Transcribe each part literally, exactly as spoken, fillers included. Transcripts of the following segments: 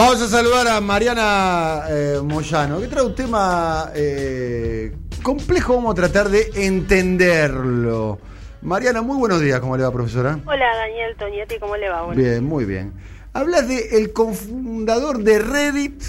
Vamos a saludar a Mariana eh, Moyano, que trae un tema eh, complejo, vamos a tratar de entenderlo. Mariana, muy buenos días, ¿cómo le va, profesora? Hola, Daniel Tonietti, ¿cómo le va? Bueno. Bien, muy bien. Hablas de el cofundador de Reddit,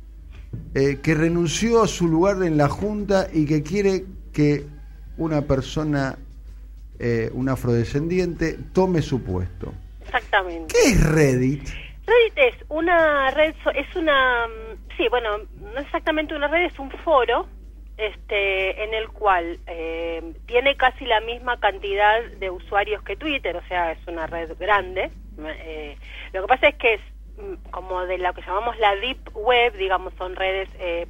eh, que renunció a su lugar en la Junta y que quiere que una persona, eh, un afrodescendiente, tome su puesto. Exactamente. ¿Qué es Reddit? Reddit es una red, es una, sí, bueno, no exactamente una red, es un foro este, en el cual eh, tiene casi la misma cantidad de usuarios que Twitter, o sea, es una red grande. Eh, lo que pasa es que es como de lo que llamamos la Deep Web, digamos, son redes eh,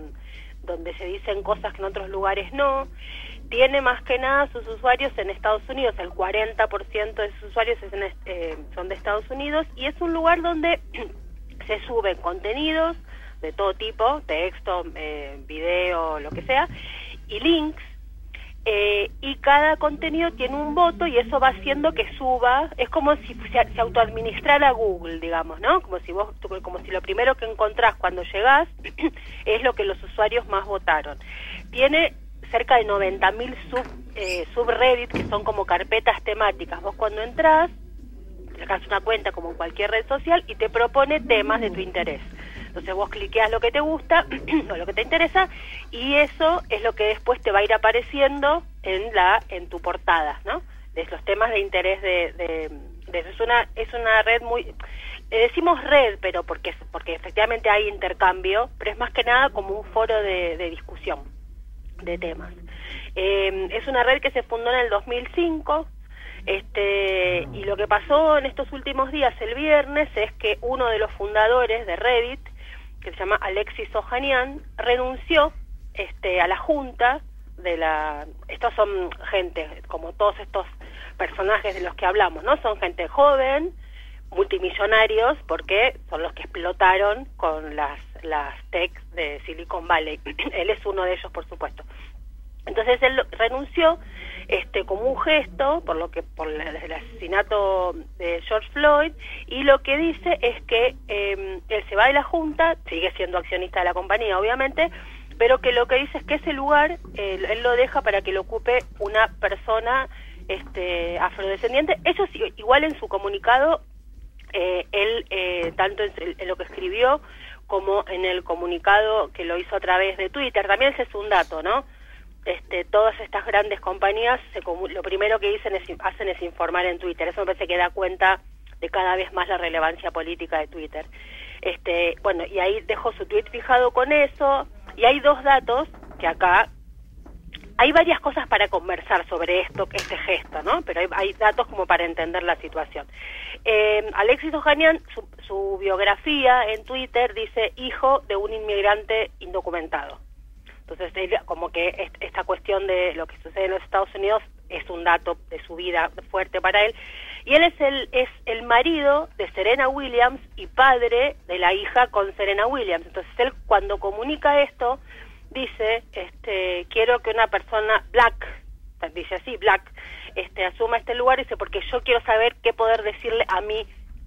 donde se dicen cosas que en otros lugares no. Tiene más que nada sus usuarios en Estados Unidos, el cuarenta por ciento de sus usuarios es en, eh, son de Estados Unidos, y es un lugar donde se suben contenidos de todo tipo, texto, eh, video, lo que sea, y links, eh, y cada contenido tiene un voto y eso va haciendo que suba, es como si se, se autoadministrara Google, digamos, ¿no? Como si vos, como si lo primero que encontrás cuando llegás es lo que los usuarios más votaron. Tiene cerca de noventa mil sub, eh, subreddits, que son como carpetas temáticas. Vos cuando entrás, sacás una cuenta como en cualquier red social y te propone temas de tu interés. Entonces vos cliqueas lo que te gusta o lo que te interesa y eso es lo que después te va a ir apareciendo en la en tu portada, ¿no? De los temas de interés de, de, de es una es una red muy, le decimos red, pero porque porque efectivamente hay intercambio, pero es más que nada como un foro de, de discusión de temas. Eh, es una red que se fundó en el dos mil cinco, este, y lo que pasó en estos últimos días, el viernes, es que uno de los fundadores de Reddit, que se llama Alexis Ohanian, renunció este, a la junta de la... Estos son gente, como todos estos personajes de los que hablamos, ¿no? Son gente joven, multimillonarios, porque son los que explotaron con las las techs de Silicon Valley. Él es uno de ellos, por supuesto. Entonces él renunció este como un gesto por lo que por el asesinato de George Floyd, y lo que dice es que eh, él se va de la junta, sigue siendo accionista de la compañía obviamente, pero que lo que dice es que ese lugar eh, él lo deja para que lo ocupe una persona este afrodescendiente. Ellos igual en su comunicado eh, él eh, tanto en, en lo que escribió como en el comunicado que lo hizo a través de Twitter, también ese es un dato, ¿no? Este, todas estas grandes compañías, se, lo primero que dicen es, hacen es informar en Twitter. Eso me parece que da cuenta de cada vez más la relevancia política de Twitter. Este, bueno, y ahí dejó su tweet fijado con eso, y hay dos datos que acá, hay varias cosas para conversar sobre esto, este gesto, ¿no? Pero hay, hay datos como para entender la situación. Eh, Alexis Ohanian, su, su biografía en Twitter dice hijo de un inmigrante indocumentado. Entonces, como que esta cuestión de lo que sucede en los Estados Unidos es un dato de su vida fuerte para él. Y él es el es el marido de Serena Williams y padre de la hija con Serena Williams. Entonces, él cuando comunica esto, dice, este, quiero que una persona black, dice así, black, este, asuma este lugar, dice, porque yo quiero saber qué poder decirle a mi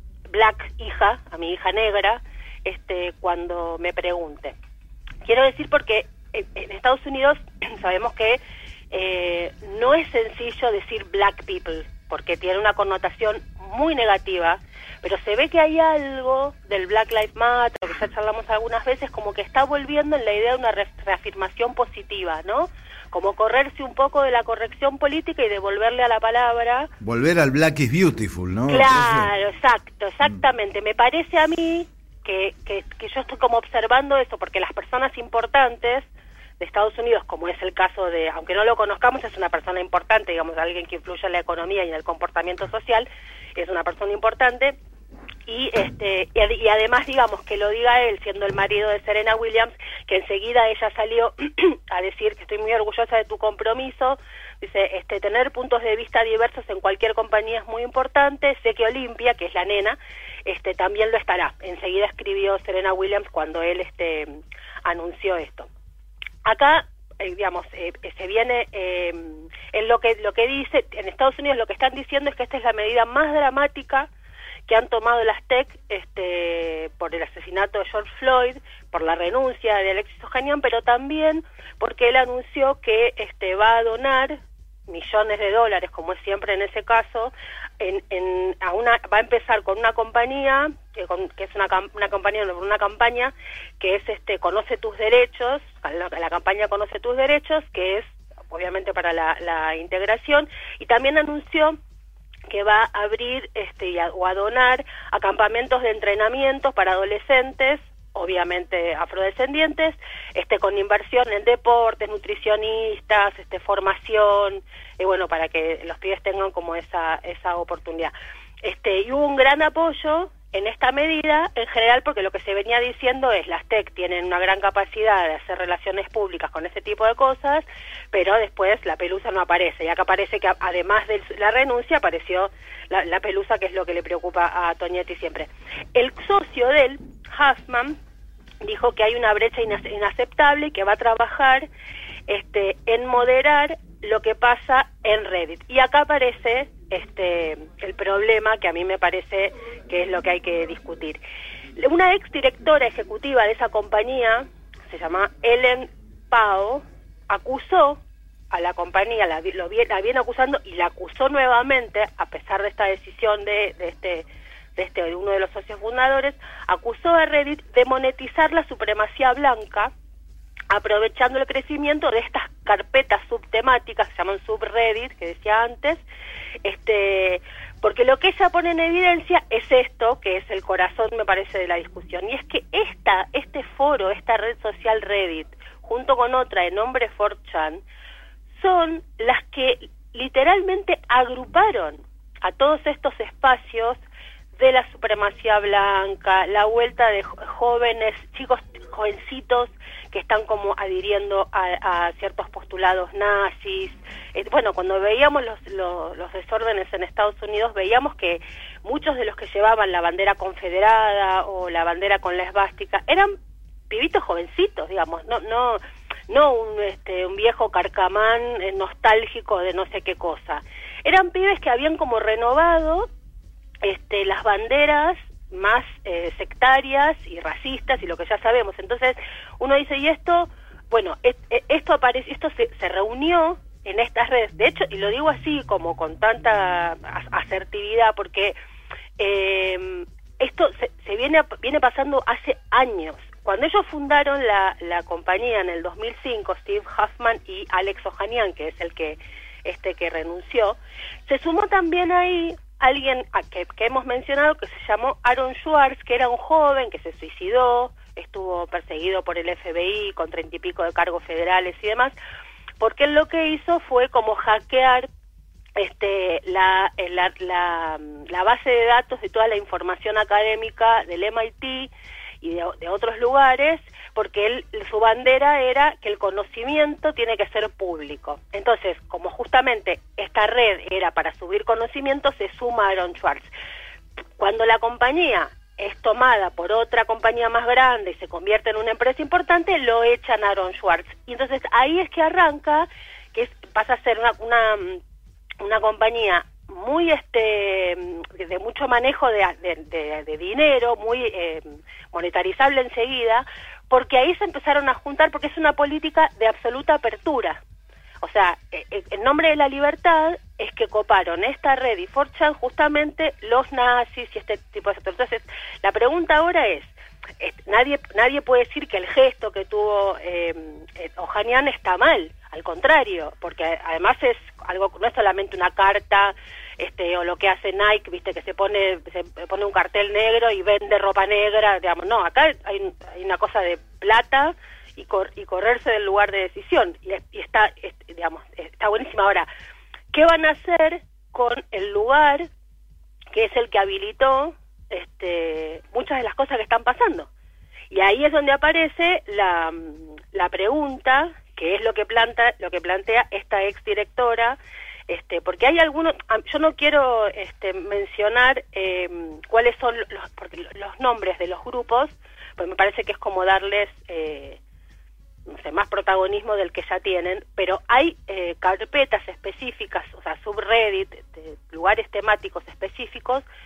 black hija, a mi hija negra, este, cuando me pregunte. Quiero decir porque en Estados Unidos sabemos que eh, no es sencillo decir black people, porque tiene una connotación muy negativa, pero se ve que hay algo del Black Lives Matter, que ya charlamos algunas veces, como que está volviendo en la idea de una re reafirmación positiva, ¿no? Como correrse un poco de la corrección política y devolverle a la palabra... Volver al Black is Beautiful, ¿no? Claro, exacto, exactamente. Mm. Me parece a mí que, que, que yo estoy como observando eso, porque las personas importantes de Estados Unidos, como es el caso de, aunque no lo conozcamos, es una persona importante, digamos, alguien que influye en la economía y en el comportamiento social, es una persona importante, y este y, y además, digamos, que lo diga él, siendo el marido de Serena Williams, que enseguida ella salió a decir que estoy muy orgullosa de tu compromiso, dice, este tener puntos de vista diversos en cualquier compañía es muy importante, sé que Olimpia, que es la nena, este también lo estará. Enseguida escribió Serena Williams cuando él este anunció esto. Acá, eh, digamos, eh, se viene, eh, en lo que lo que dice, en Estados Unidos lo que están diciendo es que esta es la medida más dramática que han tomado las T E C este, por el asesinato de George Floyd, por la renuncia de Alexis Ohanian, pero también porque él anunció que este, va a donar millones de dólares, como es siempre en ese caso, en, en, a una, va a empezar con una compañía, que, con, que es una, una compañía, una campaña que es este Conoce tus derechos, la, la campaña Conoce tus derechos, que es obviamente para la, la integración, y también anunció que va a abrir este, y a, o a donar a campamentos de entrenamiento para adolescentes, obviamente afrodescendientes, este, con inversión en deportes, nutricionistas, este, formación, y bueno, para que los pibes tengan como esa esa oportunidad. Este, y hubo un gran apoyo en esta medida, en general, porque lo que se venía diciendo es las T E C tienen una gran capacidad de hacer relaciones públicas con ese tipo de cosas, pero después la pelusa no aparece, ya que aparece que además de la renuncia apareció la, la pelusa, que es lo que le preocupa a Toñetti siempre. El socio de él, Huffman, dijo que hay una brecha inaceptable y que va a trabajar este, en moderar lo que pasa en Reddit. Y acá aparece este, el problema que a mí me parece que es lo que hay que discutir. Una ex directora ejecutiva de esa compañía, se llama Ellen Pao, acusó a la compañía, la, lo, la viene acusando y la acusó nuevamente, a pesar de esta decisión de, de este de este de uno de los socios fundadores, acusó a Reddit de monetizar la supremacía blanca, aprovechando el crecimiento de estas carpetas subtemáticas que se llaman subreddit, que decía antes, este, porque lo que ella pone en evidencia es esto, que es el corazón, me parece, de la discusión, y es que esta, este foro, esta red social Reddit, junto con otra de nombre four chan, son las que literalmente agruparon a todos estos espacios de la supremacía blanca, la vuelta de jóvenes, chicos, jovencitos que están como adhiriendo a, a ciertos postulados nazis. Eh, bueno, cuando veíamos los, los, los desórdenes en Estados Unidos, veíamos que muchos de los que llevaban la bandera confederada o la bandera con la esvástica eran pibitos jovencitos, digamos, no no no un, este, un viejo carcamán eh, nostálgico de no sé qué cosa. Eran pibes que habían como renovado este, las banderas más eh, sectarias y racistas y lo que ya sabemos. Entonces uno dice, y esto, bueno, et, et, esto apareció, esto se, se reunió en estas redes, de hecho, y lo digo así como con tanta asertividad, porque eh, esto se, se viene viene pasando hace años. Cuando ellos fundaron la, la compañía en el dos mil cinco, Steve Huffman y Alex Ohanian, que es el que este que renunció, se sumó también ahí alguien a que, que hemos mencionado, que se llamó Aaron Swartz, que era un joven que se suicidó, estuvo perseguido por el F B I con treinta y pico de cargos federales y demás, porque él lo que hizo fue como hackear este la, la, la, la base de datos de toda la información académica del M I T y de, de otros lugares, porque él, su bandera era que el conocimiento tiene que ser público. Entonces, como justamente esta red era para subir conocimiento, se suma Aaron Swartz. Cuando la compañía es tomada por otra compañía más grande y se convierte en una empresa importante, lo echan a Aaron Swartz. Y entonces ahí es que arranca, que es, pasa a ser una, una, una compañía muy este de mucho manejo de, de, de, de dinero, muy eh, monetarizable enseguida, porque ahí se empezaron a juntar, porque es una política de absoluta apertura. O sea, eh, en nombre de la libertad es que coparon esta red y four chan justamente los nazis y este tipo de sectores. Entonces, la pregunta ahora es, es nadie nadie puede decir que el gesto que tuvo eh, eh, Ohanian está mal, al contrario, porque además es algo, no es solamente una carta, este o lo que hace Nike, viste, que se pone se pone un cartel negro y vende ropa negra, digamos, no, acá hay, hay una cosa de plata y, cor, y correrse del lugar de decisión, y, y está, es, digamos, está buenísima. Ahora, ¿qué van a hacer con el lugar que es el que habilitó este muchas de las cosas que están pasando? Y ahí es donde aparece la, la pregunta, que es lo que planta, lo que plantea esta exdirectora, este, porque hay algunos, yo no quiero este, mencionar eh, cuáles son los, porque los nombres de los grupos, pues me parece que es como darles eh, no sé, más protagonismo del que ya tienen, pero hay eh, carpetas específicas, o sea, subreddit, de lugares temáticos específicos,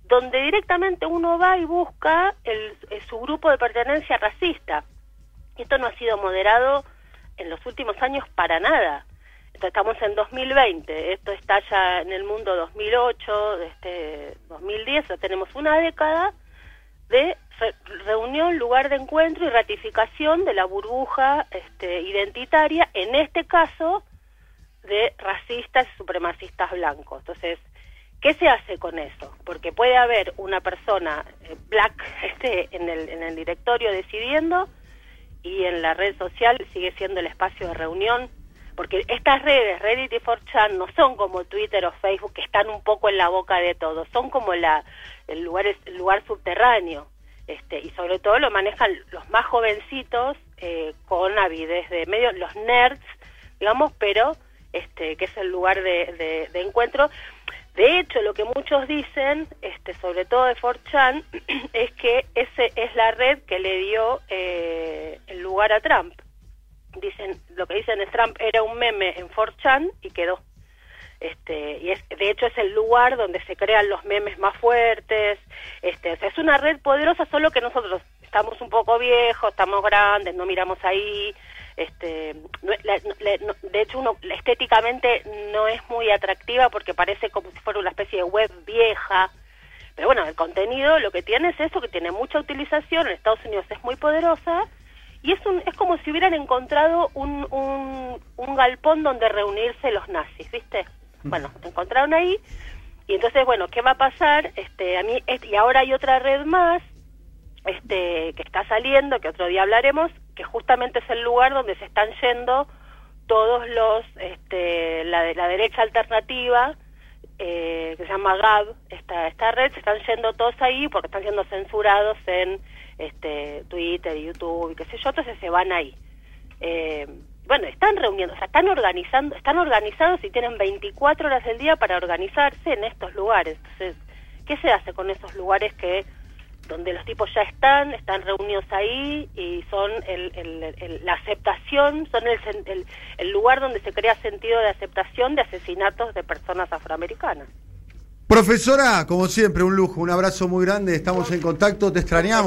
donde directamente uno va y busca el, el, su grupo de pertenencia racista. Esto no ha sido moderado en los últimos años para nada. Entonces, estamos en dos mil veinte, esto está ya en el mundo dos mil ocho, este, dos mil diez, o tenemos una década de re reunión, lugar de encuentro y ratificación de la burbuja este, identitaria, en este caso de racistas y supremacistas blancos. Entonces, ¿qué se hace con eso? Porque puede haber una persona eh, black este, en, el, en el directorio decidiendo, y en la red social sigue siendo el espacio de reunión, porque estas redes, Reddit y cuatro chan, no son como Twitter o Facebook, que están un poco en la boca de todos, son como la, el, lugar, el lugar subterráneo, este, y sobre todo lo manejan los más jovencitos, eh, con avidez de medio, los nerds, digamos, pero este, que es el lugar de, de, de encuentro. De hecho, lo que muchos dicen, este, sobre todo de cuatro chan, es que ese es la red que le dio eh, el lugar a Trump. Dicen, lo que dicen es Trump era un meme en cuatro chan y quedó. Este, y es, de hecho es el lugar donde se crean los memes más fuertes. Este, o sea, es una red poderosa, solo que nosotros estamos un poco viejos, estamos grandes, no miramos ahí. Este, no, la, la, no, de hecho uno estéticamente no es muy atractiva porque parece como si fuera una especie de web vieja, pero bueno, el contenido lo que tiene es eso, que tiene mucha utilización, en Estados Unidos es muy poderosa, y es un, es como si hubieran encontrado un, un, un galpón donde reunirse los nazis, ¿viste? Bueno, encontraron ahí, y entonces, bueno, ¿qué va a pasar? Este, a mí, este, y ahora hay otra red más, este, que está saliendo, que otro día hablaremos, que justamente es el lugar donde se están yendo todos los, este, la de la derecha alternativa, eh, que se llama Gab, esta, esta red, se están yendo todos ahí porque están siendo censurados en este, Twitter, YouTube y qué sé yo, entonces se van ahí. Eh, bueno, están reuniendo, o sea, están organizando, están organizados y tienen veinticuatro horas del día para organizarse en estos lugares. Entonces, ¿qué se hace con esos lugares que donde los tipos ya están, están reunidos ahí y son el, el, el, la aceptación, son el, el, el lugar donde se crea sentido de aceptación de asesinatos de personas afroamericanas? Profesora, como siempre, un lujo, un abrazo muy grande, estamos en contacto, te extrañamos.